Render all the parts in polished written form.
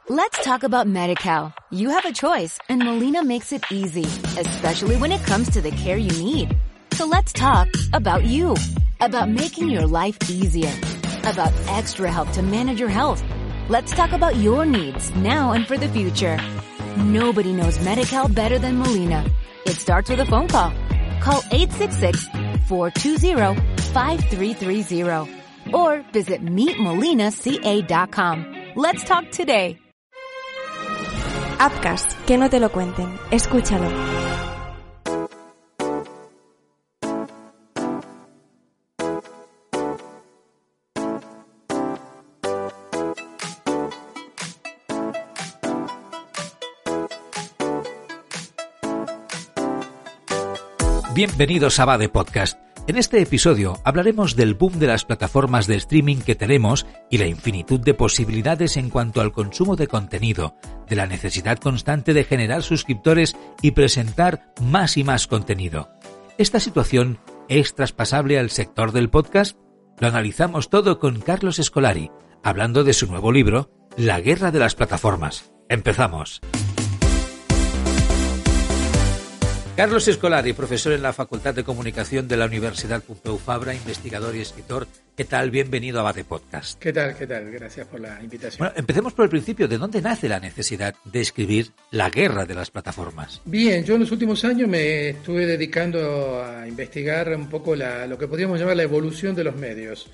Let's talk about Medi-Cal. You have a choice, and Molina makes it easy, especially when it comes to the care you need. So let's talk about you, about making your life easier, about extra help to manage your health. Let's talk about your needs now and for the future. Nobody knows Medi-Cal better than Molina. It starts with a phone call. Call 866-420-5330 or visit meetmolinaca.com. Let's talk today. Appcast, que no te lo cuenten. Escúchalo. Bienvenidos a Bade Podcast. En este episodio hablaremos del boom de las plataformas de streaming que tenemos y la infinitud de posibilidades en cuanto al consumo de contenido, de la necesidad constante de generar suscriptores y presentar más y más contenido. ¿Esta situación es traspasable al sector del podcast? Lo analizamos todo con Carlos Escolari, hablando de su nuevo libro, La guerra de las plataformas. ¡Empezamos! Carlos Escolari, profesor en la Facultad de Comunicación de la Universidad Pompeu Fabra, investigador y escritor. ¿Qué tal? Bienvenido a Bade Podcast. ¿Qué tal? Gracias por la invitación. Bueno, empecemos por el principio. ¿De dónde nace la necesidad de escribir La guerra de las plataformas? Bien, yo en los últimos años me estuve dedicando a investigar un poco lo que podríamos llamar la evolución de los medios.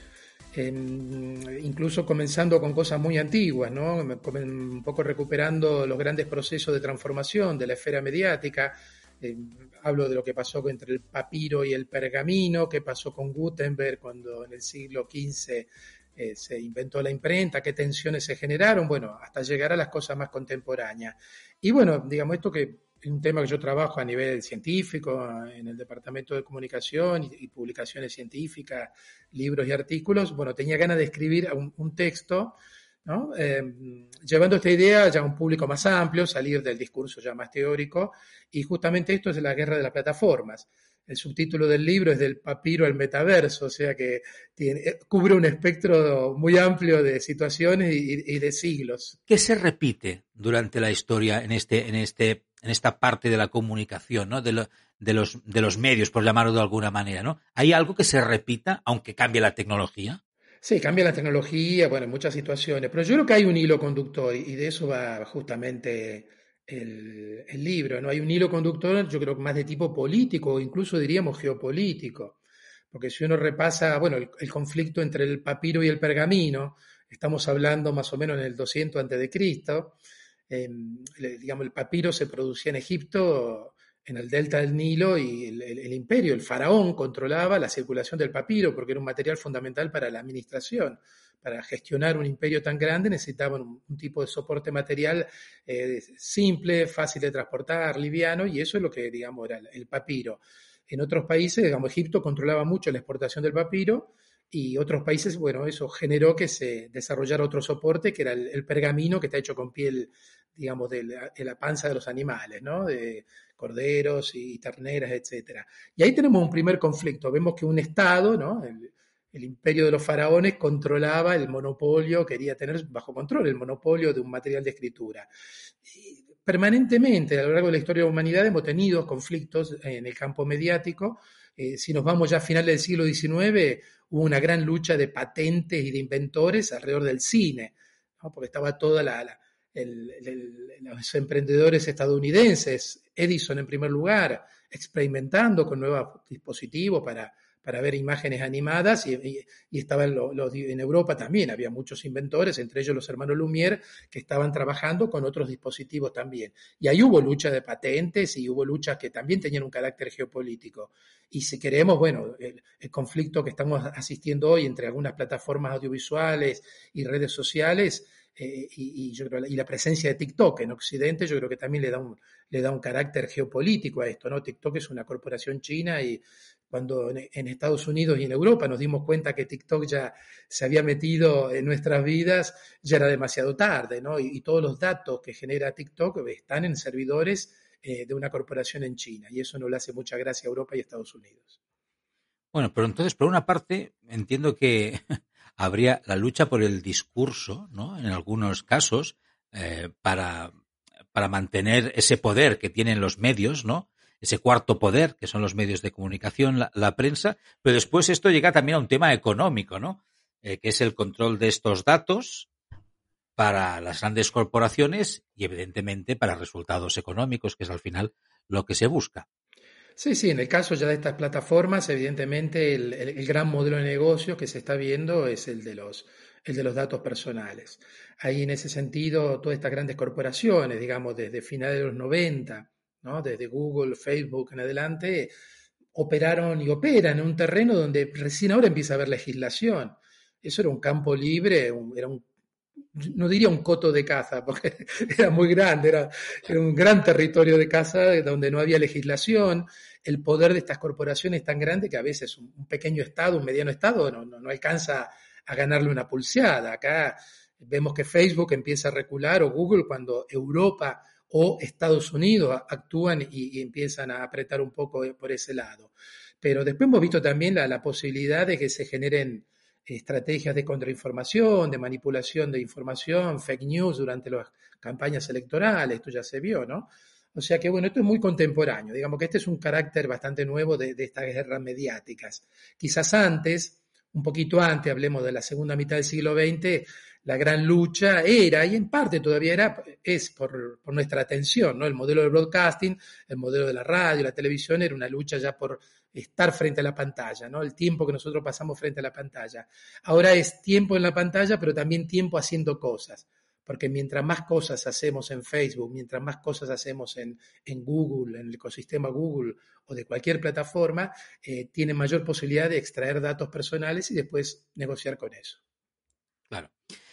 Incluso comenzando con cosas muy antiguas, ¿no? Un poco recuperando los grandes procesos de transformación de la esfera mediática. Hablo de lo que pasó entre el papiro y el pergamino, qué pasó con Gutenberg cuando en el siglo XV se inventó la imprenta, qué tensiones se generaron, bueno, hasta llegar a las cosas más contemporáneas. Y bueno, digamos, esto que es un tema que yo trabajo a nivel científico, en el Departamento de Comunicación y publicaciones científicas, libros y artículos, bueno, tenía ganas de escribir un texto, ¿no? Llevando esta idea ya a un público más amplio, salir del discurso ya más teórico, y justamente esto es la guerra de las plataformas. El subtítulo del libro es Del papiro al metaverso, o sea que cubre un espectro muy amplio de situaciones y de siglos. ¿Qué se repite durante la historia en esta parte de la comunicación, ¿no? de los medios, por llamarlo de alguna manera, ¿no? ¿Hay algo que se repita aunque cambie la tecnología? Sí, cambia la tecnología, bueno, en muchas situaciones, pero yo creo que hay un hilo conductor y de eso va justamente el libro, ¿no? Hay un hilo conductor, yo creo que más de tipo político o incluso diríamos geopolítico, porque si uno repasa, bueno, el conflicto entre el papiro y el pergamino, estamos hablando más o menos en el 200 a.C., digamos, el papiro se producía en Egipto, en el delta del Nilo, y el imperio, el faraón, controlaba la circulación del papiro porque era un material fundamental para la administración. Para gestionar un imperio tan grande necesitaban un tipo de soporte material simple, fácil de transportar, liviano, y eso es lo que, digamos, era el papiro. En otros países, digamos, Egipto controlaba mucho la exportación del papiro, y otros países, bueno, eso generó que se desarrollara otro soporte, que era el pergamino, que está hecho con piel, digamos, de la panza de los animales, ¿no? De corderos y terneras, etcétera. Y ahí tenemos un primer conflicto. Vemos que un Estado, ¿no? El imperio de los faraones controlaba el monopolio, quería tener bajo control el monopolio de un material de escritura. Y permanentemente, a lo largo de la historia de la humanidad, hemos tenido conflictos en el campo mediático. Si nos vamos ya a finales del siglo XIX, hubo una gran lucha de patentes y de inventores alrededor del cine, ¿no? Porque estaba toda los emprendedores estadounidenses, Edison en primer lugar, experimentando con nuevos dispositivos para ver imágenes animadas, y estaba en Europa también, había muchos inventores, entre ellos los hermanos Lumière, que estaban trabajando con otros dispositivos también. Y ahí hubo lucha de patentes y hubo luchas que también tenían un carácter geopolítico. Y si queremos, bueno, el conflicto que estamos asistiendo hoy entre algunas plataformas audiovisuales y redes sociales, yo creo, y la presencia de TikTok en Occidente, yo creo que también le da un carácter geopolítico a esto, ¿no? TikTok es una corporación china, y cuando en Estados Unidos y en Europa nos dimos cuenta que TikTok ya se había metido en nuestras vidas, ya era demasiado tarde, ¿no? Y todos los datos que genera TikTok están en servidores de una corporación en China, y eso no le hace mucha gracia a Europa y a Estados Unidos. Bueno, pero entonces, por una parte, entiendo que habría la lucha por el discurso, ¿no? En algunos casos, para mantener ese poder que tienen los medios, ¿no? Ese cuarto poder, que son los medios de comunicación, la prensa, pero después esto llega también a un tema económico, ¿no? Que es el control de estos datos para las grandes corporaciones y, evidentemente, para resultados económicos, que es al final lo que se busca. Sí, en el caso ya de estas plataformas, evidentemente el gran modelo de negocio que se está viendo es el de los datos personales. Ahí en ese sentido, todas estas grandes corporaciones, digamos, desde finales de los 90, ¿no? Desde Google, Facebook en adelante, operaron y operan en un terreno donde recién ahora empieza a haber legislación. Eso era un campo libre, no diría un coto de caza, porque era muy grande, era un gran territorio de caza donde no había legislación. El poder de estas corporaciones es tan grande que a veces un pequeño Estado, un mediano Estado, no alcanza a ganarle una pulseada. Acá vemos que Facebook empieza a recular, o Google, cuando Europa o Estados Unidos actúan y empiezan a apretar un poco por ese lado. Pero después hemos visto también la posibilidad de que se generen estrategias de contrainformación, de manipulación de información, fake news durante las campañas electorales, esto ya se vio, ¿no? O sea que, bueno, esto es muy contemporáneo, digamos que este es un carácter bastante nuevo de estas guerras mediáticas. Quizás antes, un poquito antes, hablemos de la segunda mitad del siglo XX, la gran lucha era, y en parte todavía es por nuestra atención, ¿no? El modelo del broadcasting, el modelo de la radio, la televisión, era una lucha ya por estar frente a la pantalla, ¿no? El tiempo que nosotros pasamos frente a la pantalla. Ahora es tiempo en la pantalla, pero también tiempo haciendo cosas, porque mientras más cosas hacemos en Facebook, mientras más cosas hacemos en Google, en el ecosistema Google o de cualquier plataforma, tiene mayor posibilidad de extraer datos personales y después negociar con eso. Claro.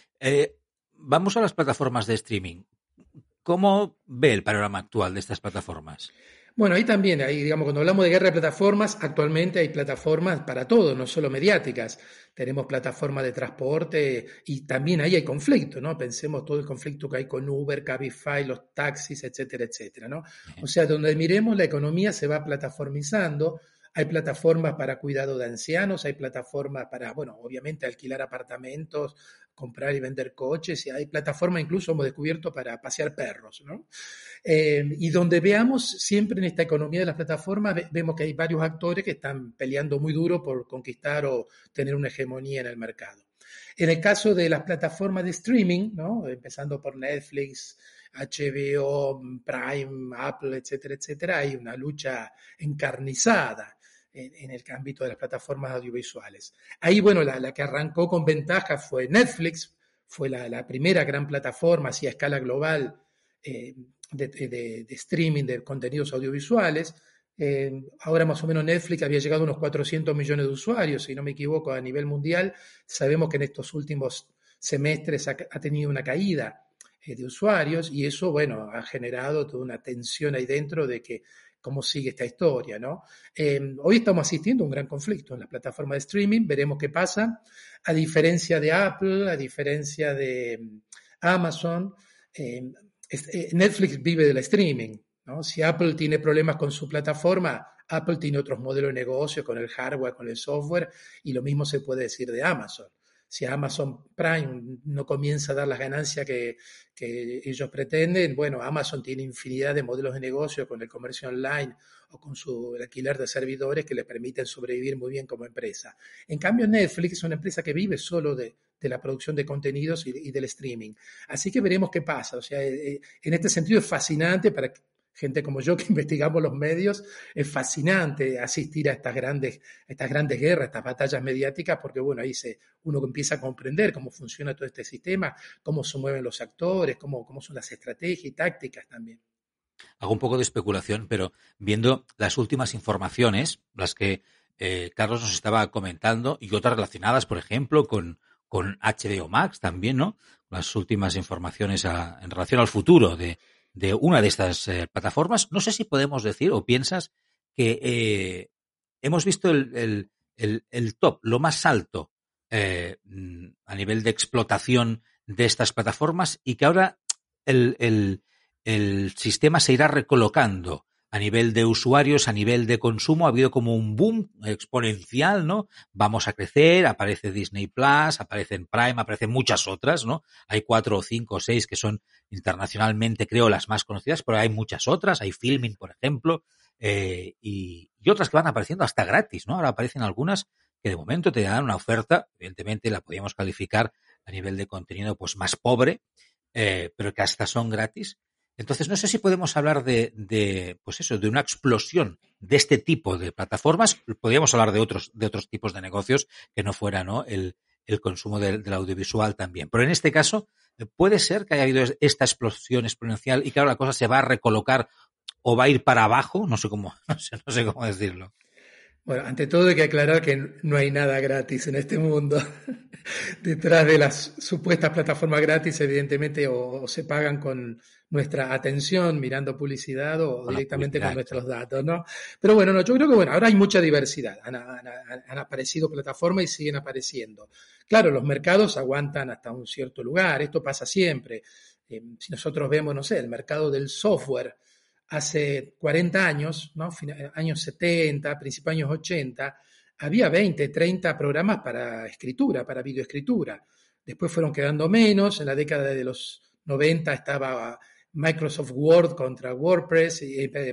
Vamos a las plataformas de streaming. ¿Cómo ve el panorama actual de estas plataformas? Bueno, ahí también, digamos, cuando hablamos de guerra de plataformas, actualmente hay plataformas para todo, no solo mediáticas. Tenemos plataformas de transporte y también ahí hay conflicto, ¿no? Pensemos todo el conflicto que hay con Uber, Cabify, los taxis, etcétera, etcétera, ¿no? O sea, donde miremos, la economía se va plataformizando. Hay plataformas para cuidado de ancianos, hay plataformas para, bueno, obviamente alquilar apartamentos, comprar y vender coches, y hay plataformas incluso hemos descubierto para pasear perros, ¿no? Y donde veamos siempre en esta economía de las plataformas, vemos que hay varios actores que están peleando muy duro por conquistar o tener una hegemonía en el mercado. En el caso de las plataformas de streaming, ¿no? Empezando por Netflix, HBO, Prime, Apple, etcétera, etcétera, hay una lucha encarnizada en el ámbito de las plataformas audiovisuales. Ahí, bueno, la que arrancó con ventaja fue Netflix, fue la primera gran plataforma así a escala global de streaming de contenidos audiovisuales. Ahora más o menos Netflix había llegado a unos 400 millones de usuarios, si no me equivoco, a nivel mundial. Sabemos que en estos últimos semestres ha tenido una caída de usuarios y eso, bueno, ha generado toda una tensión ahí dentro de que cómo sigue esta historia, ¿no? Hoy estamos asistiendo a un gran conflicto en las plataformas de streaming, veremos qué pasa. A diferencia de Apple, a diferencia de Amazon, Netflix vive del streaming, ¿no? Si Apple tiene problemas con su plataforma, Apple tiene otros modelos de negocio con el hardware, con el software, y lo mismo se puede decir de Amazon. Si Amazon Prime no comienza a dar las ganancias que ellos pretenden, bueno, Amazon tiene infinidad de modelos de negocio con el comercio online o con su alquiler de servidores que le permiten sobrevivir muy bien como empresa. En cambio, Netflix es una empresa que vive solo de la producción de contenidos y del streaming. Así que veremos qué pasa. O sea, en este sentido es fascinante para gente como yo que investigamos los medios, es fascinante asistir a estas grandes guerras, estas batallas mediáticas, porque bueno, ahí uno empieza a comprender cómo funciona todo este sistema, cómo se mueven los actores, cómo son las estrategias y tácticas también. Hago un poco de especulación, pero viendo las últimas informaciones, las que Carlos nos estaba comentando, y otras relacionadas, por ejemplo, con HBO Max también, ¿no? Las últimas informaciones en relación al futuro de una de estas plataformas. No sé si podemos decir o piensas que hemos visto el top, lo más alto a nivel de explotación de estas plataformas y que ahora el sistema se irá recolocando a nivel de usuarios, a nivel de consumo, ha habido como un boom exponencial, ¿no? Vamos a crecer, aparece Disney Plus, aparecen Prime, aparecen muchas otras, ¿no? Hay 4 o 5 o 6 que son internacionalmente, creo, las más conocidas, pero hay muchas otras, hay Filmin, por ejemplo, y otras que van apareciendo hasta gratis, ¿no? Ahora aparecen algunas que de momento te dan una oferta, evidentemente la podríamos calificar a nivel de contenido pues más pobre, pero que hasta son gratis. Entonces, no sé si podemos hablar pues eso, de una explosión de este tipo de plataformas. Podríamos hablar de otros tipos de negocios que no fuera, ¿no? El consumo del audiovisual también. Pero en este caso, puede ser que haya habido esta explosión exponencial y claro, la cosa se va a recolocar o va a ir para abajo, no sé cómo decirlo. Bueno, ante todo hay que aclarar que no hay nada gratis en este mundo. Detrás de las supuestas plataformas gratis, evidentemente, o se pagan con nuestra atención mirando publicidad o Con directamente con nuestros exacto. datos, ¿no? Pero bueno, no, yo creo que bueno, ahora hay mucha diversidad. Han aparecido plataformas y siguen apareciendo. Claro, los mercados aguantan hasta un cierto lugar. Esto pasa siempre. Si nosotros vemos, no sé, el mercado del software hace 40 años, ¿no? Años 70, principios años 80, había 20, 30 programas para escritura, para videoescritura. Después fueron quedando menos, en la década de los 90 estaba Microsoft Word contra WordPress,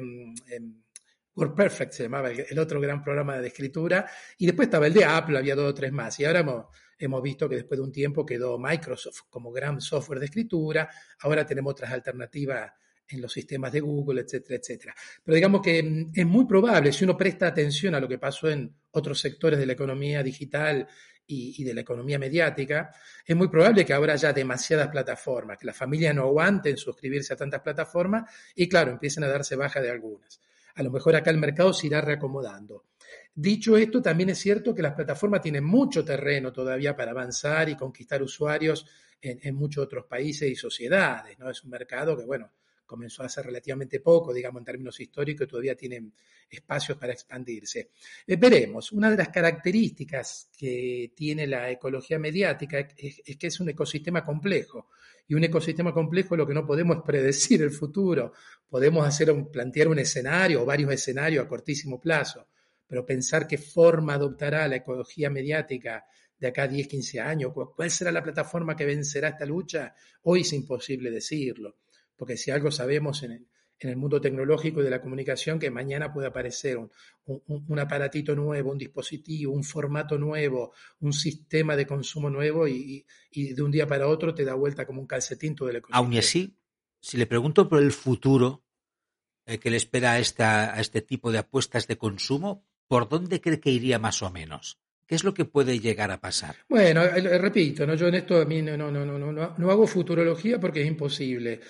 WordPerfect se llamaba el otro gran programa de escritura, y después estaba el de Apple, había 2 o 3 más, y ahora hemos visto que después de un tiempo quedó Microsoft como gran software de escritura, ahora tenemos otras alternativas en los sistemas de Google, etcétera, etcétera. Pero digamos que es muy probable, si uno presta atención a lo que pasó en otros sectores de la economía digital y de la economía mediática, es muy probable que ahora haya demasiadas plataformas, que las familias no aguanten suscribirse a tantas plataformas y, claro, empiecen a darse baja de algunas. A lo mejor acá el mercado se irá reacomodando. Dicho esto, también es cierto que las plataformas tienen mucho terreno todavía para avanzar y conquistar usuarios en muchos otros países y sociedades, ¿no? Es un mercado que, bueno, comenzó hace relativamente poco, digamos, en términos históricos, y todavía tienen espacios para expandirse. Veremos, una de las características que tiene la ecología mediática es que es un ecosistema complejo, y un ecosistema complejo es lo que no podemos predecir el futuro. Podemos plantear un escenario o varios escenarios a cortísimo plazo, pero pensar qué forma adoptará la ecología mediática de acá a 10, 15 años, cuál será la plataforma que vencerá esta lucha, hoy es imposible decirlo. Porque si algo sabemos en el mundo tecnológico y de la comunicación, que mañana puede aparecer un aparatito nuevo, un dispositivo, un formato nuevo, un sistema de consumo nuevo y de un día para otro te da vuelta como un calcetín todo el ecosistema. Aún así, si le pregunto por el futuro que le espera a este tipo de apuestas de consumo, ¿por dónde cree que iría más o menos? ¿Qué es lo que puede llegar a pasar? Bueno, repito, ¿no? Yo en esto a mí no hago futurología porque es imposible.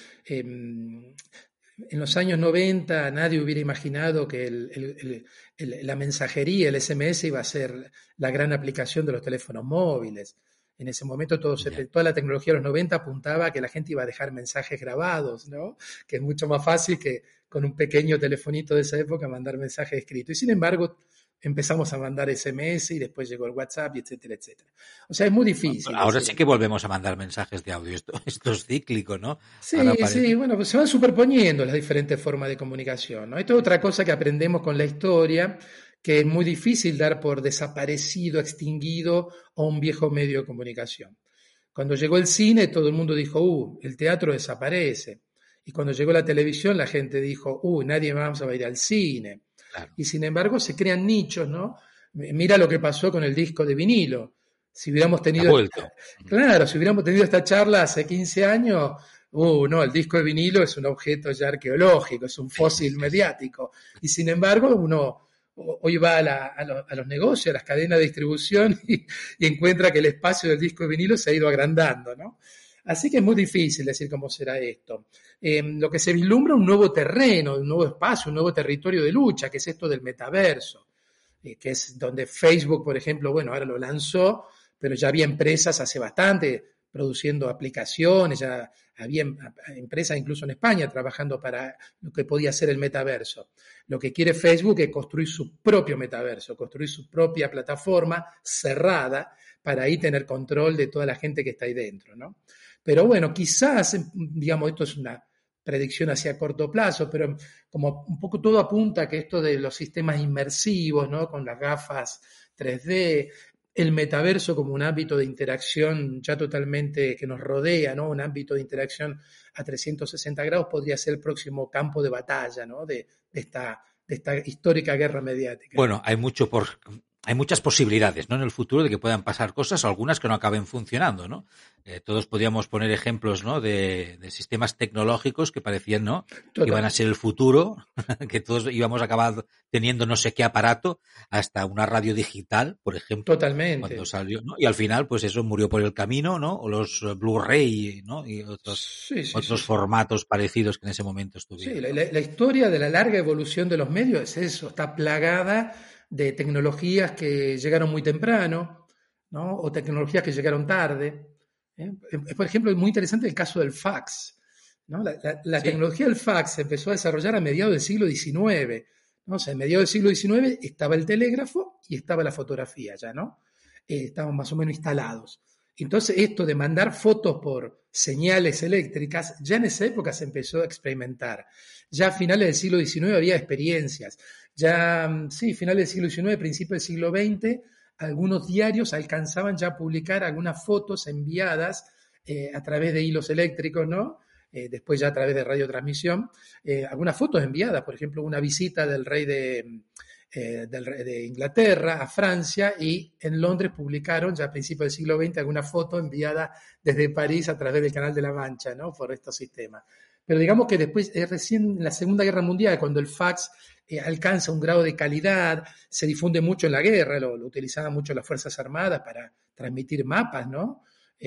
En los años 90 nadie hubiera imaginado que la mensajería, el SMS, iba a ser la gran aplicación de los teléfonos móviles. En ese momento toda la tecnología de los 90 apuntaba a que la gente iba a dejar mensajes grabados, ¿no? Que es mucho más fácil que con un pequeño telefonito de esa época mandar mensajes escritos. Y sin embargo, empezamos a mandar SMS y después llegó el WhatsApp, y etcétera, etcétera. O sea, es muy difícil. Ahora sí que volvemos a mandar mensajes de audio. Esto es cíclico, ¿no? Sí, bueno, pues se van superponiendo las diferentes formas de comunicación, ¿no? Esto es otra cosa que aprendemos con la historia, que es muy difícil dar por desaparecido, extinguido o un viejo medio de comunicación. Cuando llegó el cine, todo el mundo dijo, el teatro desaparece. Y cuando llegó la televisión, la gente dijo, nadie más va a ir al cine. Claro. Y sin embargo se crean nichos, ¿no? Mira lo que pasó con el disco de vinilo. Si hubiéramos tenido, claro, si hubiéramos tenido esta charla hace 15 años, no, el disco de vinilo es un objeto ya arqueológico, es un fósil mediático. Y sin embargo, uno hoy va a los negocios, a las cadenas de distribución y encuentra que el espacio del disco de vinilo se ha ido agrandando, ¿no? Así que es muy difícil decir cómo será esto. Lo que se vislumbra un nuevo terreno, un nuevo espacio, un nuevo territorio de lucha, que es esto del metaverso, que es donde Facebook, por ejemplo, bueno, ahora lo lanzó, pero ya había empresas hace bastante produciendo aplicaciones, ya había empresas incluso en España trabajando para lo que podía ser el metaverso. Lo que quiere Facebook es construir su propio metaverso, construir su propia plataforma cerrada para ahí tener control de toda la gente que está ahí dentro, ¿no? Pero bueno, quizás, digamos, esto es una predicción hacia corto plazo, pero como un poco todo apunta a que esto de los sistemas inmersivos, ¿no? Con las gafas 3D, el metaverso como un ámbito de interacción ya totalmente que nos rodea, ¿no? Un ámbito de interacción a 360 grados podría ser el próximo campo de batalla, ¿no? De esta histórica guerra mediática. Bueno, hay muchas posibilidades, ¿no? En el futuro de que puedan pasar cosas, algunas que no acaben funcionando, ¿no? Todos podríamos poner ejemplos, ¿no? De sistemas tecnológicos que parecían, ¿no? Que iban a ser el futuro, que todos íbamos a acabar teniendo no sé qué aparato, hasta una radio digital, por ejemplo. Totalmente. Cuando salió, ¿no? Y al final, pues eso murió por el camino, ¿no? O los Blu-ray, ¿no? Y otros formatos parecidos que en ese momento estuvieron. Sí, la historia de la larga evolución de los medios es eso, está plagada de tecnologías que llegaron muy temprano, ¿no? O tecnologías que llegaron tarde. Por ejemplo, es muy interesante el caso del fax, ¿no? La tecnología del fax se empezó a desarrollar a mediados del siglo XIX, ¿no? O sea, en mediados del siglo XIX estaba el telégrafo y estaba la fotografía ya, ¿no? Estaban más o menos instalados. Entonces, esto de mandar fotos por señales eléctricas, ya en esa época se empezó a experimentar. Ya a finales del siglo XIX había experiencias. Ya, sí, finales del siglo XIX, principios del siglo XX, algunos diarios alcanzaban ya a publicar algunas fotos enviadas a través de hilos eléctricos, ¿no? Después ya a través de radiotransmisión, algunas fotos enviadas, por ejemplo, una visita del rey de Inglaterra a Francia, y en Londres publicaron ya a principios del siglo XX alguna foto enviada desde París a través del Canal de la Mancha, ¿no? Por estos sistemas. Pero digamos que después, recién en la Segunda Guerra Mundial, cuando el fax alcanza un grado de calidad, se difunde mucho en la guerra, lo utilizaban mucho las Fuerzas Armadas para transmitir mapas, ¿no?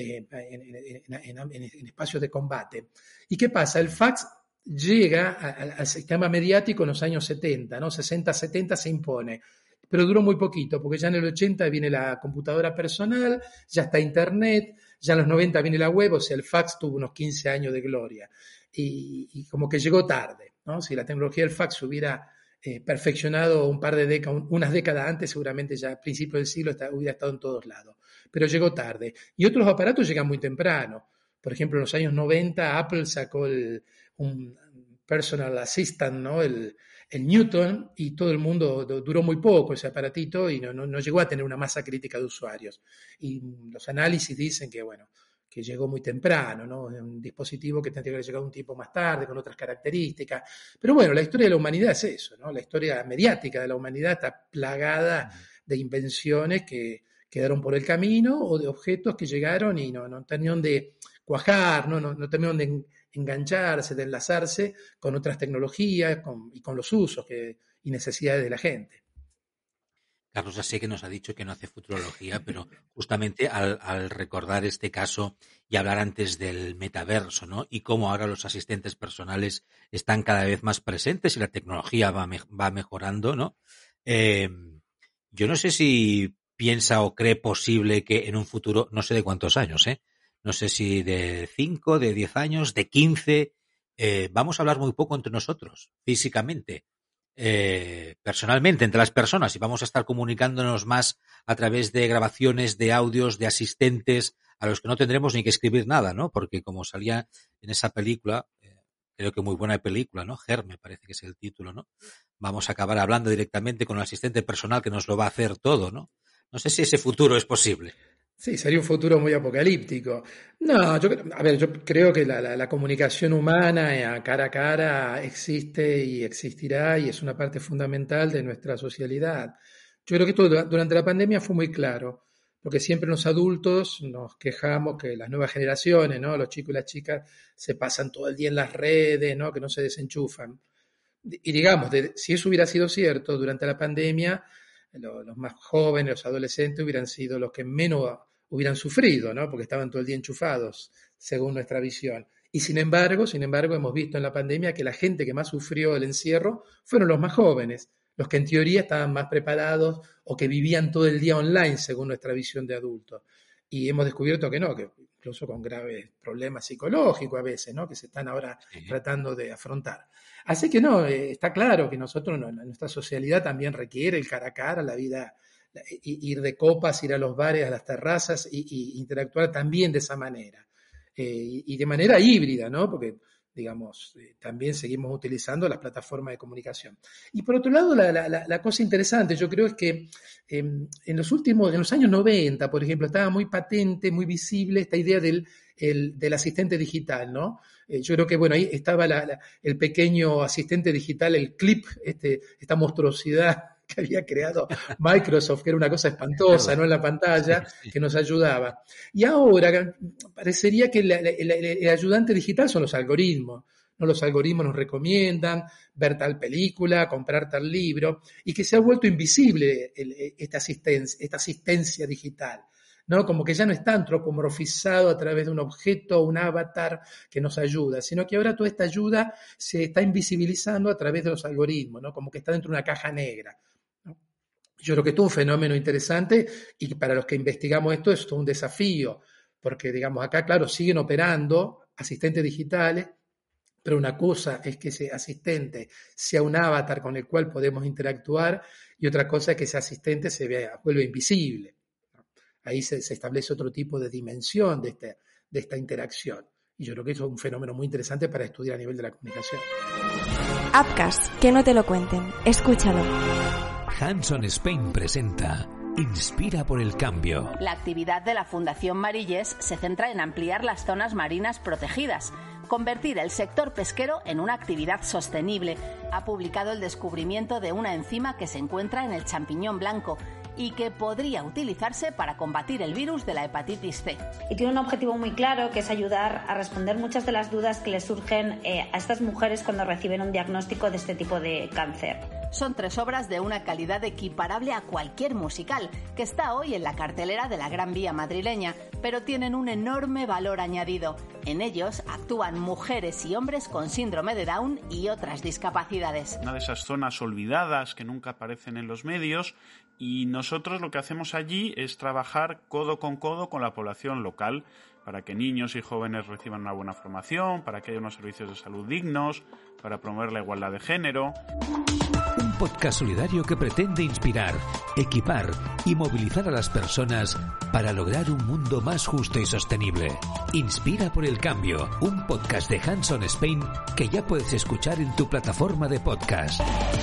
En espacios de combate. ¿Y qué pasa? El fax llega al sistema mediático en los años 70, ¿no? 60, 70 se impone, pero duró muy poquito, porque ya en el 80 viene la computadora personal, ya está Internet, ya en los 90 viene la web, o sea, el fax tuvo unos 15 años de gloria, y como que llegó tarde, ¿no? Si la tecnología del fax hubiera perfeccionado un par de décadas, unas décadas antes, seguramente ya a principios del siglo hubiera estado en todos lados, pero llegó tarde. Y otros aparatos llegan muy temprano. Por ejemplo, en los años 90 Apple sacó un personal assistant, ¿no? El Newton, y todo el mundo duró muy poco ese aparatito y no llegó a tener una masa crítica de usuarios. Y los análisis dicen que, bueno, que llegó muy temprano, ¿no? Un dispositivo que tendría que haber llegado un tiempo más tarde, con otras características. Pero bueno, la historia de la humanidad es eso, ¿no? La historia mediática de la humanidad está plagada de invenciones que quedaron por el camino, o de objetos que llegaron y no terminaron de cuajar, no terminaron de engancharse, de enlazarse con otras tecnologías y con los usos y necesidades de la gente. Carlos Asé, que nos ha dicho que no hace futurología, pero justamente al recordar este caso y hablar antes del metaverso, ¿no? Y cómo ahora los asistentes personales están cada vez más presentes y la tecnología va mejorando, ¿no? Yo no sé si piensa o cree posible que en un futuro, no sé de cuántos años, no sé si de 5, de 10 años, de 15, vamos a hablar muy poco entre nosotros, físicamente. Personalmente entre las personas, y vamos a estar comunicándonos más a través de grabaciones, de audios, de asistentes a los que no tendremos ni que escribir nada, ¿no? Porque como salía en esa película, creo que muy buena película, ¿no? Her, me parece que es el título, ¿no? Vamos a acabar hablando directamente con el asistente personal que nos lo va a hacer todo, ¿no? No sé si ese futuro es posible. Sí, sería un futuro muy apocalíptico. No, yo creo que la comunicación humana cara a cara existe y existirá, y es una parte fundamental de nuestra socialidad. Yo creo que esto durante la pandemia fue muy claro, porque siempre los adultos nos quejamos que las nuevas generaciones, ¿no? Los chicos y las chicas se pasan todo el día en las redes, ¿no? Que no se desenchufan. Y digamos, si eso hubiera sido cierto durante la pandemia, los más jóvenes, los adolescentes, hubieran sido los que menos hubieran sufrido, ¿no? Porque estaban todo el día enchufados, según nuestra visión. Y sin embargo, hemos visto en la pandemia que la gente que más sufrió el encierro fueron los más jóvenes, los que en teoría estaban más preparados o que vivían todo el día online, según nuestra visión de adultos. Y hemos descubierto que no, que incluso con graves problemas psicológicos a veces, ¿no? Que se están ahora tratando de afrontar. Así que no, está claro que nosotros, nuestra socialidad también requiere el cara a cara, la vida, ir de copas, ir a los bares, a las terrazas y interactuar también de esa manera. Y de manera híbrida, ¿no? Porque digamos, también seguimos utilizando las plataformas de comunicación. Y por otro lado, la cosa interesante, yo creo, es que en los años 90, por ejemplo, estaba muy patente, muy visible esta idea del asistente digital, ¿no? Yo creo que, bueno, ahí estaba el pequeño asistente digital, el Clip, esta monstruosidad que había creado Microsoft, que era una cosa espantosa, ¿no? En la pantalla, que nos ayudaba. Y ahora parecería que el ayudante digital son los algoritmos, ¿no? Los algoritmos nos recomiendan ver tal película, comprar tal libro, y que se ha vuelto invisible esta asistencia digital, ¿no? Como que ya no está antropomorfizado a través de un objeto, un avatar que nos ayuda, sino que ahora toda esta ayuda se está invisibilizando a través de los algoritmos, ¿no? Como que está dentro de una caja negra. Yo creo que esto es un fenómeno interesante y que para los que investigamos esto es todo un desafío, porque, digamos, acá, claro, siguen operando asistentes digitales, pero una cosa es que ese asistente sea un avatar con el cual podemos interactuar y otra cosa es que ese asistente vuelve invisible. Ahí se establece otro tipo de dimensión de esta interacción. Y yo creo que eso es un fenómeno muy interesante para estudiar a nivel de la comunicación. Appcast, que no te lo cuenten. Escúchalo. Hanson Spain presenta Inspira por el cambio. La actividad de la Fundación Marilles se centra en ampliar las zonas marinas protegidas, convertir el sector pesquero en una actividad sostenible. Ha publicado el descubrimiento de una enzima que se encuentra en el champiñón blanco y que podría utilizarse para combatir el virus de la hepatitis C. Y tiene un objetivo muy claro, que es ayudar a responder muchas de las dudas que les surgen a estas mujeres cuando reciben un diagnóstico de este tipo de cáncer. Son 3 obras de una calidad equiparable a cualquier musical, que está hoy en la cartelera de la Gran Vía madrileña, pero tienen un enorme valor añadido. En ellos actúan mujeres y hombres con síndrome de Down y otras discapacidades. Una de esas zonas olvidadas que nunca aparecen en los medios, y nosotros lo que hacemos allí es trabajar codo con la población local para que niños y jóvenes reciban una buena formación, para que haya unos servicios de salud dignos, para promover la igualdad de género. Un podcast solidario que pretende inspirar, equipar y movilizar a las personas para lograr un mundo más justo y sostenible. Inspira por el cambio, un podcast de Hanson Spain que ya puedes escuchar en tu plataforma de podcast.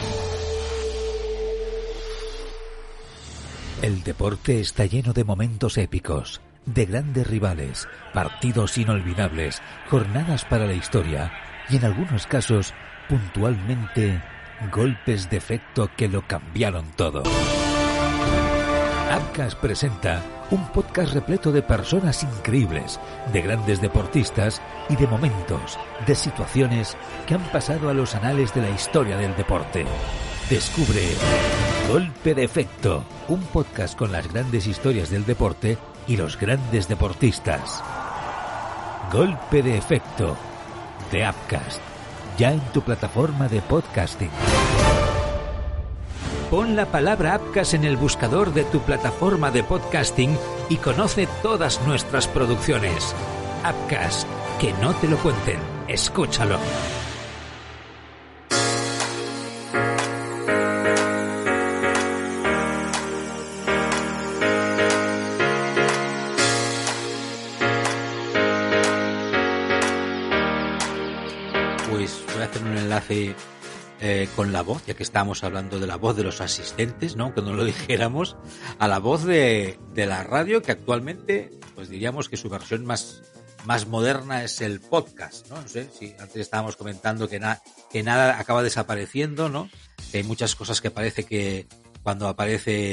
El deporte está lleno de momentos épicos, de grandes rivales, partidos inolvidables, jornadas para la historia y en algunos casos, puntualmente, golpes de efecto que lo cambiaron todo. Appcast presenta un podcast repleto de personas increíbles, de grandes deportistas y de momentos, de situaciones que han pasado a los anales de la historia del deporte. Descubre Golpe de Efecto, un podcast con las grandes historias del deporte y los grandes deportistas. Golpe de Efecto, de Appcast, ya en tu plataforma de podcasting. Pon la palabra Appcast en el buscador de tu plataforma de podcasting y conoce todas nuestras producciones. Appcast, que no te lo cuenten, escúchalo. Pues voy a hacer un enlace con la voz, ya que estábamos hablando de la voz de los asistentes, ¿no? Que no lo dijéramos, a la voz de la radio, que actualmente, pues diríamos que su versión más moderna es el podcast, ¿no? No sé, si antes estábamos comentando que nada acaba desapareciendo, ¿no? Que hay muchas cosas que parece que cuando aparece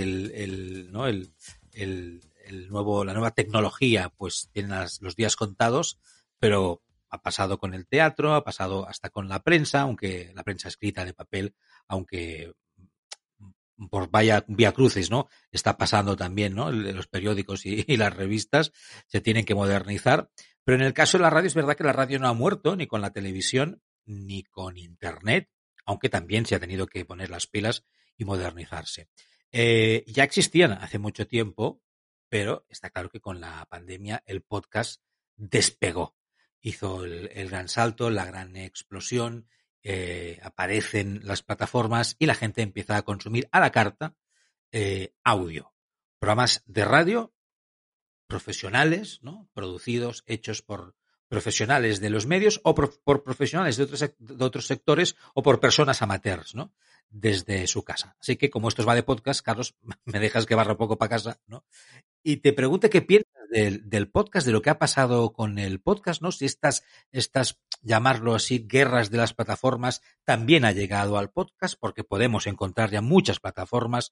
la nueva tecnología, pues tienen los días contados, pero ha pasado con el teatro, ha pasado hasta con la prensa, aunque la prensa escrita de papel, aunque por vía crucis, ¿no? Está pasando también, ¿no? Los periódicos y las revistas se tienen que modernizar. Pero en el caso de la radio es verdad que la radio no ha muerto, ni con la televisión, ni con internet, aunque también se ha tenido que poner las pilas y modernizarse. Ya existían hace mucho tiempo, pero está claro que con la pandemia el podcast despegó. Hizo el gran salto, la gran explosión, aparecen las plataformas y la gente empieza a consumir a la carta audio. Programas de radio profesionales, ¿no? Producidos, hechos por profesionales de los medios o por profesionales de otros sectores o por personas amateurs, ¿no? Desde su casa. Así que como esto va de podcast, Carlos, me dejas que barra un poco para casa, ¿no? Y te pregunto qué piensas del podcast, de lo que ha pasado con el podcast, ¿no? Si estas, llamarlo así, guerras de las plataformas también ha llegado al podcast, porque podemos encontrar ya muchas plataformas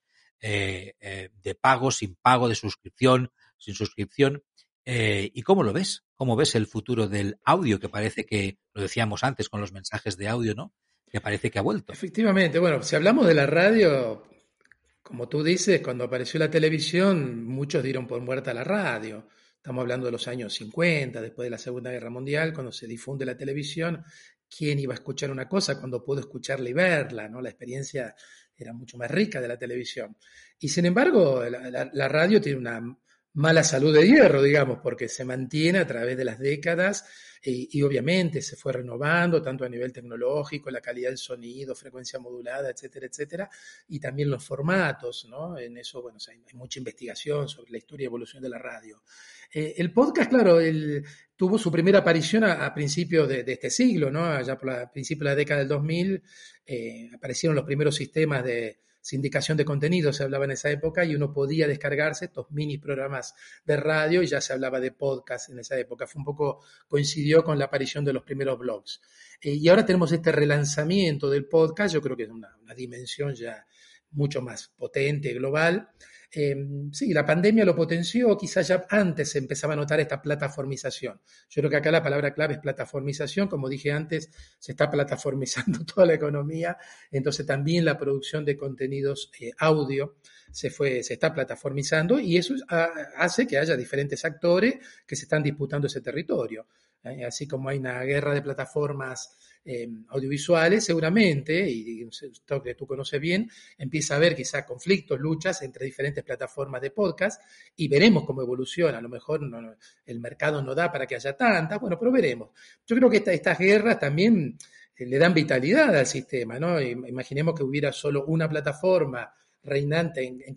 de pago, sin pago, de suscripción, sin suscripción. ¿Y cómo lo ves? ¿Cómo ves el futuro del audio? Que parece que, lo decíamos antes con los mensajes de audio, ¿no? Que parece que ha vuelto. Efectivamente, bueno, si hablamos de la radio, como tú dices, cuando apareció la televisión, muchos dieron por muerta la radio. Estamos hablando de los años 50, después de la Segunda Guerra Mundial, cuando se difunde la televisión. ¿Quién iba a escuchar una cosa cuando pudo escucharla y verla, ¿no? La experiencia era mucho más rica de la televisión. Y sin embargo, la radio tiene una mala salud de hierro, digamos, porque se mantiene a través de las décadas y obviamente se fue renovando tanto a nivel tecnológico, la calidad del sonido, frecuencia modulada, etcétera, etcétera, y también los formatos, ¿no? En eso, bueno, hay mucha investigación sobre la historia y evolución de la radio. El podcast, claro, tuvo su primera aparición a principios de este siglo, ¿no? Allá por principios de la década del 2000 aparecieron los primeros sistemas de sindicación de contenidos, se hablaba en esa época, y uno podía descargarse estos mini programas de radio y ya se hablaba de podcast en esa época. Coincidió con la aparición de los primeros blogs. Y ahora tenemos este relanzamiento del podcast, yo creo que es una dimensión ya mucho más potente, global. Sí, la pandemia lo potenció, quizás ya antes se empezaba a notar esta plataformización. Yo creo que acá la palabra clave es plataformización, como dije antes, se está plataformizando toda la economía, entonces también la producción de contenidos audio se está plataformizando y eso hace que haya diferentes actores que se están disputando ese territorio. Así como hay una guerra de plataformas audiovisuales, seguramente, y esto que tú conoces bien, empieza a haber quizás conflictos, luchas entre diferentes plataformas de podcast y veremos cómo evoluciona. A lo mejor el mercado no da para que haya tantas, bueno, pero veremos. Yo creo que estas guerras también le dan vitalidad al sistema, ¿no? Imaginemos que hubiera solo una plataforma reinante en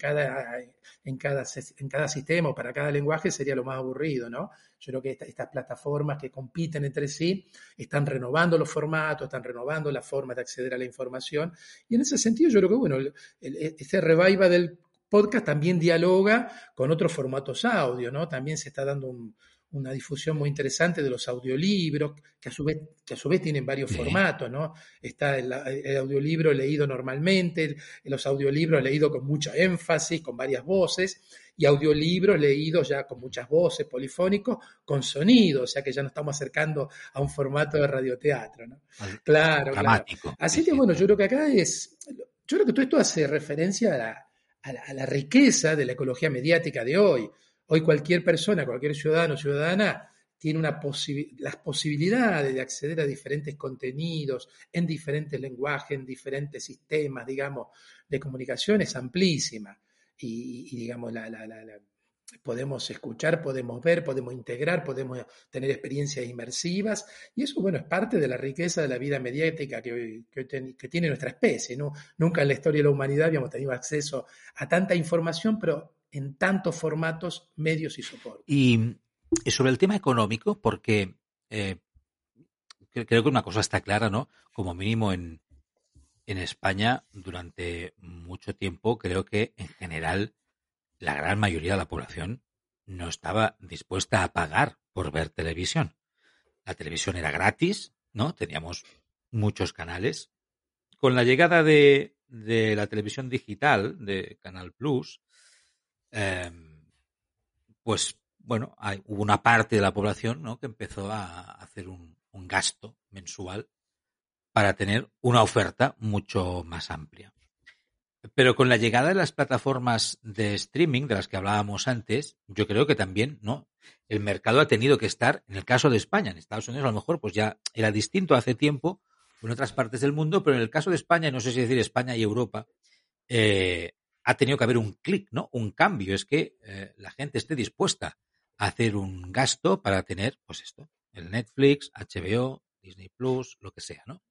cada sistema o para cada lenguaje, sería lo más aburrido, ¿no? Yo creo que estas plataformas que compiten entre sí están renovando los formatos, están renovando la forma de acceder a la información, y en ese sentido yo creo que, bueno, este revival del podcast también dialoga con otros formatos audio, ¿no? También se está dando una difusión muy interesante de los audiolibros, que a su vez tienen varios formatos, ¿no? Está el audiolibro leído normalmente, los audiolibros leídos con mucha énfasis, con varias voces, y audiolibros leídos ya con muchas voces, polifónicos, con sonido, o sea que ya nos estamos acercando a un formato de radioteatro, ¿no? Claro. Así que bueno, yo creo que yo creo que todo esto hace referencia a la riqueza de la ecología mediática de hoy. Hoy cualquier persona, cualquier ciudadano o ciudadana tiene las posibilidades de acceder a diferentes contenidos en diferentes lenguajes, en diferentes sistemas, digamos, de comunicación, es amplísima. Y digamos, podemos escuchar, podemos ver, podemos integrar, podemos tener experiencias inmersivas, y eso, bueno, es parte de la riqueza de la vida mediática que tiene nuestra especie, ¿no? Nunca en la historia de la humanidad habíamos tenido acceso a tanta información, pero en tantos formatos, medios y soportes. Y sobre el tema económico, porque creo que una cosa está clara, ¿no? Como mínimo en España, durante mucho tiempo, creo que en general la gran mayoría de la población no estaba dispuesta a pagar por ver televisión. La televisión era gratis, ¿no? Teníamos muchos canales. Con la llegada de la televisión digital, de Canal Plus, pues bueno, hubo una parte de la población, ¿no?, que empezó a hacer un gasto mensual para tener una oferta mucho más amplia. Pero con la llegada de las plataformas de streaming de las que hablábamos antes, yo creo que también, ¿no?, el mercado ha tenido que estar, en el caso de España, en Estados Unidos a lo mejor pues ya era distinto hace tiempo, o en otras partes del mundo, pero en el caso de España, y no sé si decir España y Europa, ha tenido que haber un clic, ¿no?, un cambio. Es que la gente esté dispuesta a hacer un gasto para tener, pues esto, el Netflix, HBO, Disney Plus, lo que sea, ¿no?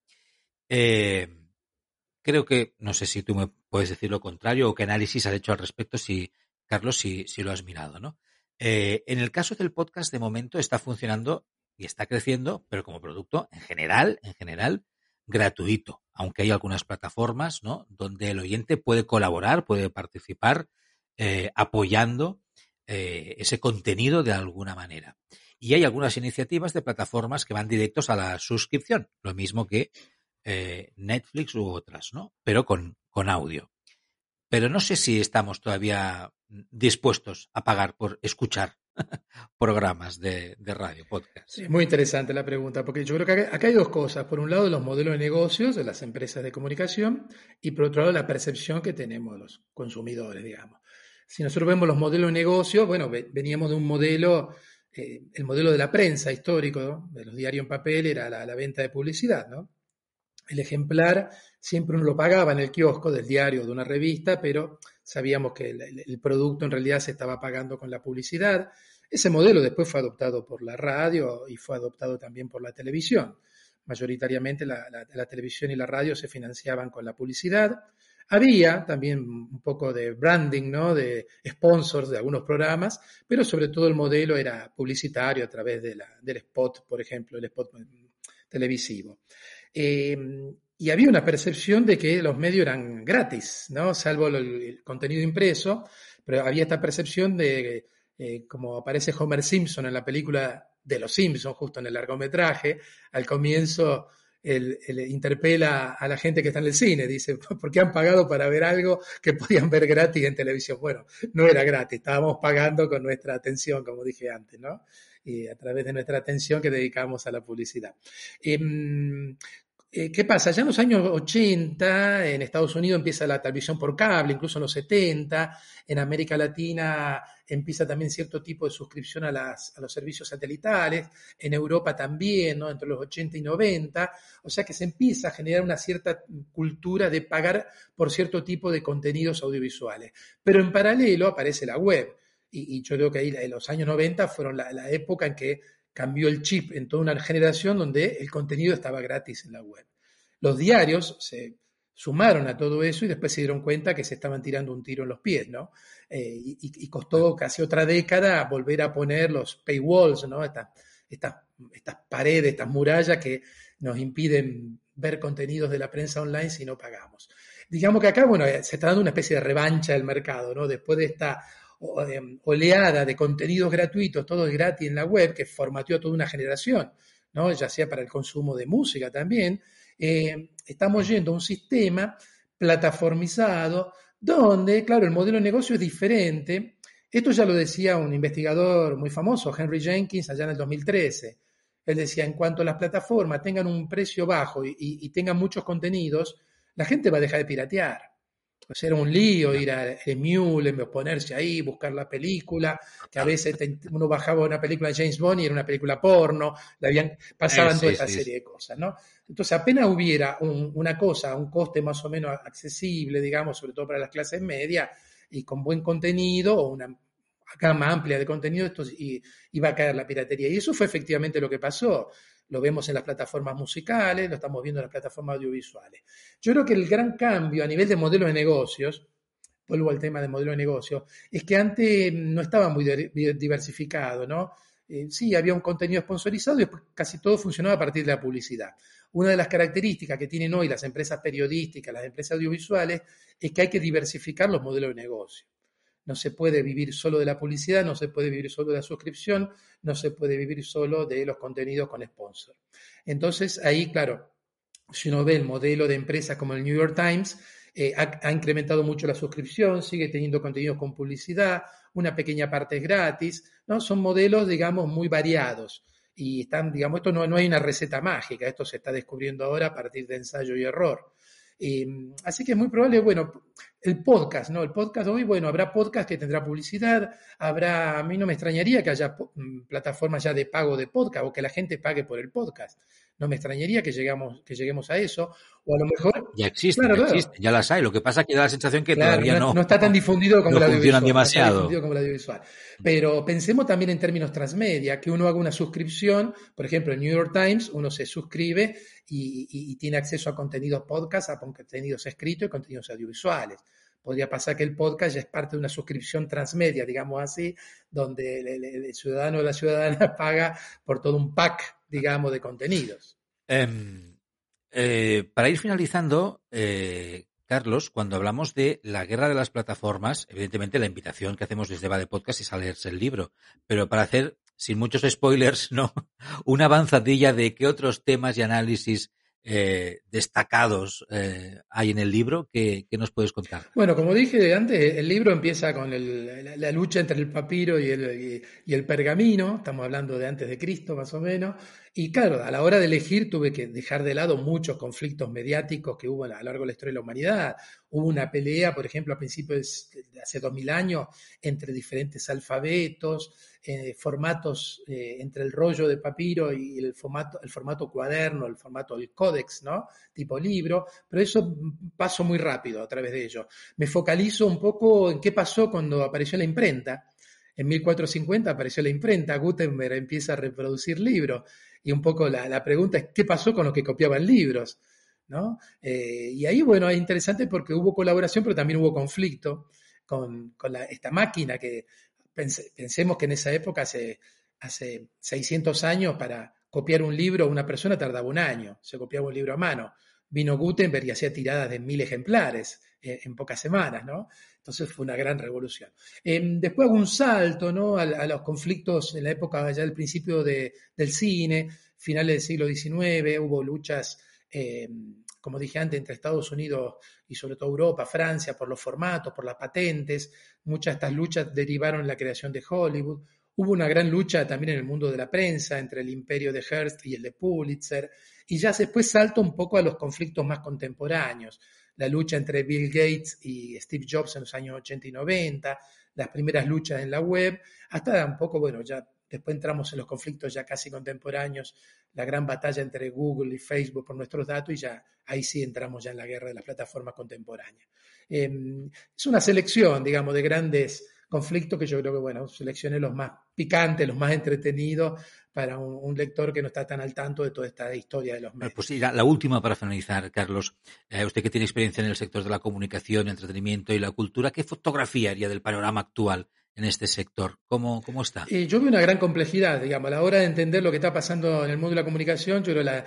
Creo que, no sé si tú me puedes decir lo contrario o qué análisis has hecho al respecto, Carlos, si lo has mirado, ¿no? En el caso del podcast, de momento está funcionando y está creciendo, pero como producto en general, gratuito, aunque hay algunas plataformas, ¿no?, donde el oyente puede colaborar, puede participar apoyando ese contenido de alguna manera. Y hay algunas iniciativas de plataformas que van directos a la suscripción, lo mismo que Netflix u otras, ¿no?, pero con audio. Pero no sé si estamos todavía dispuestos a pagar por escuchar programas de radio, podcast. Sí, es muy interesante la pregunta, porque yo creo que acá hay dos cosas. Por un lado, los modelos de negocios de las empresas de comunicación y por otro lado, la percepción que tenemos los consumidores, digamos. Si nosotros vemos los modelos de negocio, bueno, veníamos de un modelo, el modelo de la prensa histórico, ¿no?, de los diarios en papel, era la venta de publicidad, ¿no? El ejemplar siempre uno lo pagaba en el kiosco del diario o de una revista, pero sabíamos que el producto en realidad se estaba pagando con la publicidad. Ese modelo después fue adoptado por la radio y fue adoptado también por la televisión. Mayoritariamente la televisión y la radio se financiaban con la publicidad. Había también un poco de branding, ¿no?, de sponsors de algunos programas, pero sobre todo el modelo era publicitario a través del spot, por ejemplo, el spot televisivo. Y había una percepción de que los medios eran gratis, ¿no?, salvo el contenido impreso, pero había esta percepción de, como aparece Homer Simpson en la película de Los Simpsons, justo en el largometraje, al comienzo él interpela a la gente que está en el cine, dice, ¿por qué han pagado para ver algo que podían ver gratis en televisión? Bueno, no era gratis, estábamos pagando con nuestra atención, como dije antes, ¿no?, y a través de nuestra atención que dedicamos a la publicidad. ¿Qué pasa? Ya en los años 80 en Estados Unidos empieza la televisión por cable, incluso en los 70, en América Latina empieza también cierto tipo de suscripción a los servicios satelitales, en Europa también, ¿no?, entre los 80 y 90, o sea que se empieza a generar una cierta cultura de pagar por cierto tipo de contenidos audiovisuales. Pero en paralelo aparece la web, y yo creo que ahí en los años 90 fueron la época en que cambió el chip en toda una generación donde el contenido estaba gratis en la web. Los diarios se sumaron a todo eso y después se dieron cuenta que se estaban tirando un tiro en los pies, ¿no? Y costó casi otra década volver a poner los paywalls, ¿no?, estas paredes, estas murallas que nos impiden ver contenidos de la prensa online si no pagamos. Digamos que acá, bueno, se está dando una especie de revancha del mercado, ¿no?, después de esta oleada de contenidos gratuitos, todo es gratis en la web, que formateó a toda una generación, ¿no?, ya sea para el consumo de música también. Estamos yendo a un sistema plataformizado donde, claro, el modelo de negocio es diferente. Esto ya lo decía un investigador muy famoso, Henry Jenkins, allá en el 2013. Él decía, en cuanto las plataformas tengan un precio bajo y tengan muchos contenidos, la gente va a dejar de piratear. Pues era un lío ir a Emule, ponerse ahí, buscar la película, que a veces uno bajaba una película de James Bond y era una película porno, pasaban toda esta serie de cosas, ¿no? Entonces apenas hubiera una cosa, un coste más o menos accesible, digamos, sobre todo para las clases medias, y con buen contenido o una gama amplia de contenido, esto iba a caer la piratería. Y eso fue efectivamente lo que pasó. Lo vemos en las plataformas musicales, lo estamos viendo en las plataformas audiovisuales. Yo creo que el gran cambio a nivel de modelo de negocios, vuelvo al tema de modelo de negocio, es que antes no estaba muy diversificado, ¿no? Sí, había un contenido sponsorizado y casi todo funcionaba a partir de la publicidad. Una de las características que tienen hoy las empresas periodísticas, las empresas audiovisuales, es que hay que diversificar los modelos de negocio. No se puede vivir solo de la publicidad, no se puede vivir solo de la suscripción, no se puede vivir solo de los contenidos con sponsor. Entonces, ahí, claro, si uno ve el modelo de empresas como el New York Times, ha incrementado mucho la suscripción, sigue teniendo contenidos con publicidad, una pequeña parte es gratis, ¿no? Son modelos, digamos, muy variados. Y están, digamos, esto no hay una receta mágica, esto se está descubriendo ahora a partir de ensayo y error. Así que es muy probable, bueno, el podcast, ¿no? El podcast hoy, bueno, habrá podcast que tendrá publicidad, a mí no me extrañaría que haya plataformas ya de pago de podcast o que la gente pague por el podcast. No me extrañaría que lleguemos a eso, o a lo mejor... Ya existen, ya las hay. Lo que pasa es que da la sensación que todavía no está tan difundido como la audiovisual. Demasiado. No está difundido como la audiovisual. Pero pensemos también en términos transmedia, que uno haga una suscripción, por ejemplo, en New York Times, uno se suscribe y tiene acceso a contenidos podcast, a contenidos escritos y contenidos audiovisuales. podría pasar que el podcast ya es parte de una suscripción transmedia, digamos así, donde el ciudadano o la ciudadana paga por todo un pack, digamos, de contenidos. Para ir finalizando, Carlos, cuando hablamos de la guerra de las plataformas, evidentemente la invitación que hacemos desde Va de Podcast es a leerse el libro, pero para hacer, sin muchos spoilers, ¿no?, una avanzadilla de qué otros temas y análisis destacados hay en el libro, ¿qué nos puedes contar? Bueno, como dije antes, el libro empieza con la lucha entre el papiro y el pergamino, estamos hablando de antes de Cristo más o menos, y claro, a la hora de elegir tuve que dejar de lado muchos conflictos mediáticos que hubo a lo largo de la historia de la humanidad. Hubo una pelea, por ejemplo, a principios de hace 2000 años, entre diferentes alfabetos, formatos, entre el rollo de papiro y el formato cuaderno, el formato del códex, ¿no?, tipo libro, pero eso pasó muy rápido a través de ello. Me focalizo un poco en qué pasó cuando apareció la imprenta. En 1450 apareció la imprenta, Gutenberg empieza a reproducir libros, y un poco la pregunta es ¿qué pasó con los que copiaban libros?, ¿no? Y ahí, bueno, es interesante porque hubo colaboración, pero también hubo conflicto con esta máquina que pensemos que en esa época, hace 600 años, para copiar un libro una persona tardaba un año, se copiaba un libro a mano. Vino Gutenberg y hacía tiradas de 1000 ejemplares en pocas semanas, ¿no? Entonces fue una gran revolución. Después hago un salto, ¿no?, a los conflictos en la época ya del principio del cine, finales del siglo XIX, hubo luchas, como dije antes, entre Estados Unidos y sobre todo Europa, Francia, por los formatos, por las patentes. Muchas de estas luchas derivaron en la creación de Hollywood. Hubo una gran lucha también en el mundo de la prensa entre el imperio de Hearst y el de Pulitzer, y ya después salto un poco a los conflictos más contemporáneos, la lucha entre Bill Gates y Steve Jobs en los años 80 y 90, las primeras luchas en la web, hasta un poco, bueno, ya después entramos en los conflictos ya casi contemporáneos, la gran batalla entre Google y Facebook por nuestros datos, y ya ahí sí entramos ya en la guerra de las plataformas contemporáneas. Es una selección, digamos, de grandes conflictos que yo creo que, bueno, seleccioné los más picantes, los más entretenidos para un lector que no está tan al tanto de toda esta historia de los medios. Pues sí, la última para finalizar, Carlos. Usted que tiene experiencia en el sector de la comunicación, entretenimiento y la cultura, ¿qué fotografía haría del panorama actual en este sector? ¿Cómo está? Yo veo una gran complejidad, digamos, a la hora de entender lo que está pasando en el mundo de la comunicación. Yo creo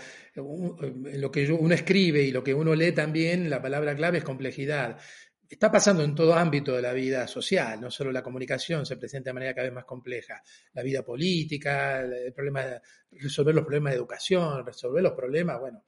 lo que uno escribe y lo que uno lee también, la palabra clave es complejidad. Está pasando en todo ámbito de la vida social, no solo la comunicación se presenta de manera cada vez más compleja. La vida política, el problema de resolver los problemas de educación, resolver los problemas, bueno,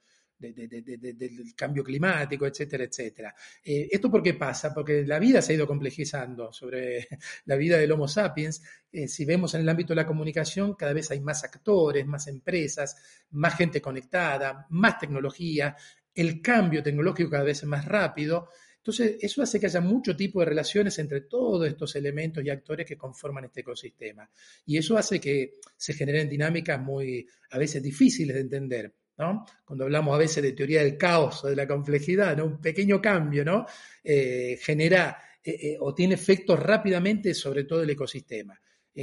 del cambio climático, etcétera, etcétera. ¿Esto por qué pasa? Porque la vida se ha ido complejizando sobre la vida del Homo sapiens. Si vemos en el ámbito de la comunicación, cada vez hay más actores, más empresas, más gente conectada, más tecnología, el cambio tecnológico cada vez es más rápido. Entonces, eso hace que haya mucho tipo de relaciones entre todos estos elementos y actores que conforman este ecosistema. Y eso hace que se generen dinámicas muy, a veces, difíciles de entender, ¿no? Cuando hablamos a veces de teoría del caos o de la complejidad, ¿no?, un pequeño cambio, ¿no?, genera o tiene efectos rápidamente sobre todo el ecosistema.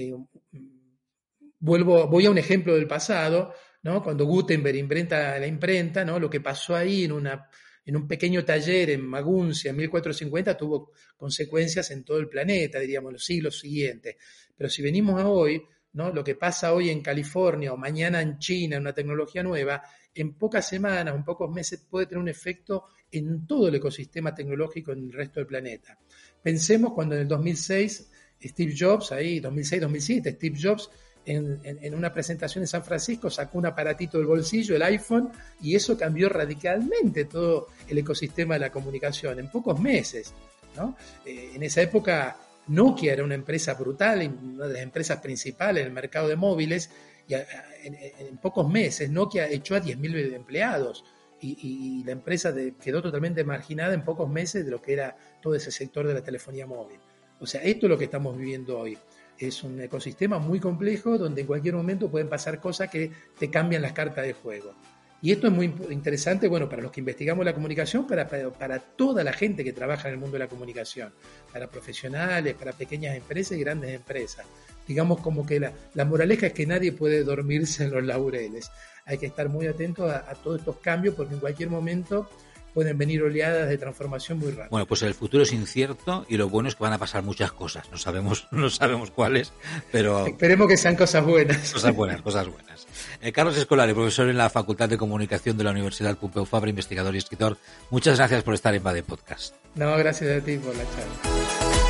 Voy a un ejemplo del pasado, ¿no? Cuando Gutenberg inventa la imprenta, ¿no?, lo que pasó ahí en un pequeño taller en Maguncia en 1450 tuvo consecuencias en todo el planeta, diríamos, en los siglos siguientes. Pero si venimos a hoy, ¿no?, lo que pasa hoy en California o mañana en China, en una tecnología nueva, en pocas semanas o en pocos meses puede tener un efecto en todo el ecosistema tecnológico en el resto del planeta. Pensemos cuando en el 2006, Steve Jobs, ahí 2006-2007, Steve Jobs en una presentación en San Francisco sacó un aparatito del bolsillo, el iPhone, y eso cambió radicalmente todo el ecosistema de la comunicación en pocos meses, ¿no? En esa época Nokia era una empresa brutal, una de las empresas principales en el mercado de móviles, y en pocos meses Nokia echó a 10.000 empleados y la empresa quedó totalmente marginada en pocos meses de lo que era todo ese sector de la telefonía móvil. O sea, esto es lo que estamos viviendo hoy. Es un ecosistema muy complejo donde en cualquier momento pueden pasar cosas que te cambian las cartas de juego. Y esto es muy interesante, bueno, para los que investigamos la comunicación, para toda la gente que trabaja en el mundo de la comunicación, para profesionales, para pequeñas empresas y grandes empresas. Digamos como que la moraleja es que nadie puede dormirse en los laureles. Hay que estar muy atentos a todos estos cambios porque en cualquier momento pueden venir oleadas de transformación muy rápidas. Bueno, pues el futuro es incierto y lo bueno es que van a pasar muchas cosas. No sabemos cuáles, pero... Esperemos que sean cosas buenas. Cosas buenas. Carlos Escolari, profesor en la Facultad de Comunicación de la Universidad Pompeu Fabra, investigador y escritor. Muchas gracias por estar en Va de Podcast. No, gracias a ti por la charla.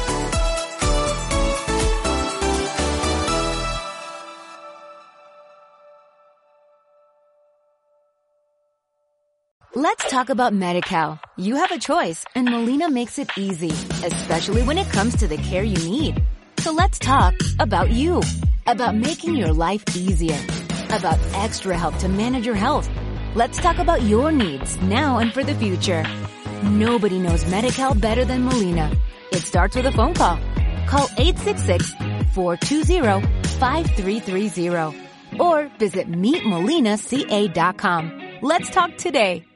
Let's talk about Medi-Cal. You have a choice, and Molina makes it easy, especially when it comes to the care you need. So let's talk about you, about making your life easier, about extra help to manage your health. Let's talk about your needs now and for the future. Nobody knows Medi-Cal better than Molina. It starts with a phone call. Call 866-420-5330 or visit meetmolinaca.com. Let's talk today.